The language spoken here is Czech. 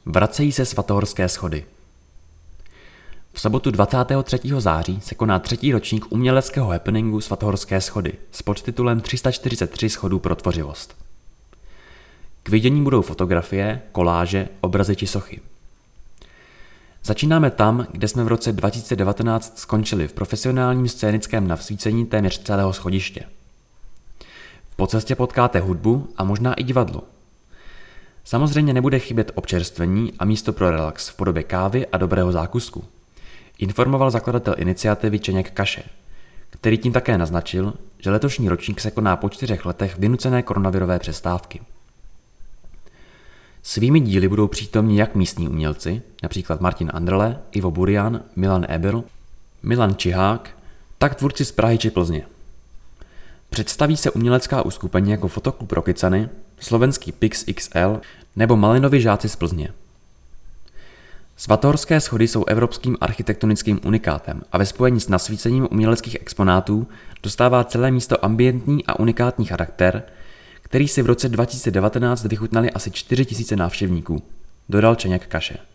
Vracejí se svatohorské schody. V sobotu 23. září se koná 3. ročník uměleckého happeningu Svatohorské schody s podtitulem 343 schodů pro tvořivost. K vidění budou fotografie, koláže, obrazy či sochy. Začínáme tam, kde jsme v roce 2019 skončili v profesionálním scénickém nasvícení téměř celého schodiště. Po cestě potkáte hudbu a možná i divadlo. Samozřejmě nebude chybět občerstvení a místo pro relax v podobě kávy a dobrého zákusku, informoval zakladatel iniciativy Čeněk Kaše, který tím také naznačil, že letošní ročník se koná po 4 letech vynucené koronavirové přestávky. Svými díly budou přítomní jak místní umělci, například Martin Andrle, Ivo Burian, Milan Eberl, Milan Čihák, tak tvůrci z Prahy či Plzně. Představí se umělecká uskupení jako Fotoklub Rokycany, slovenský Pix XL nebo Malinovi žáci z Plzně. Svatohorské schody jsou evropským architektonickým unikátem a ve spojení s nasvícením uměleckých exponátů dostává celé místo ambientní a unikátní charakter, který si v roce 2019 vychutnali asi 4 000 návštěvníků, dodal Čeněk Kaše.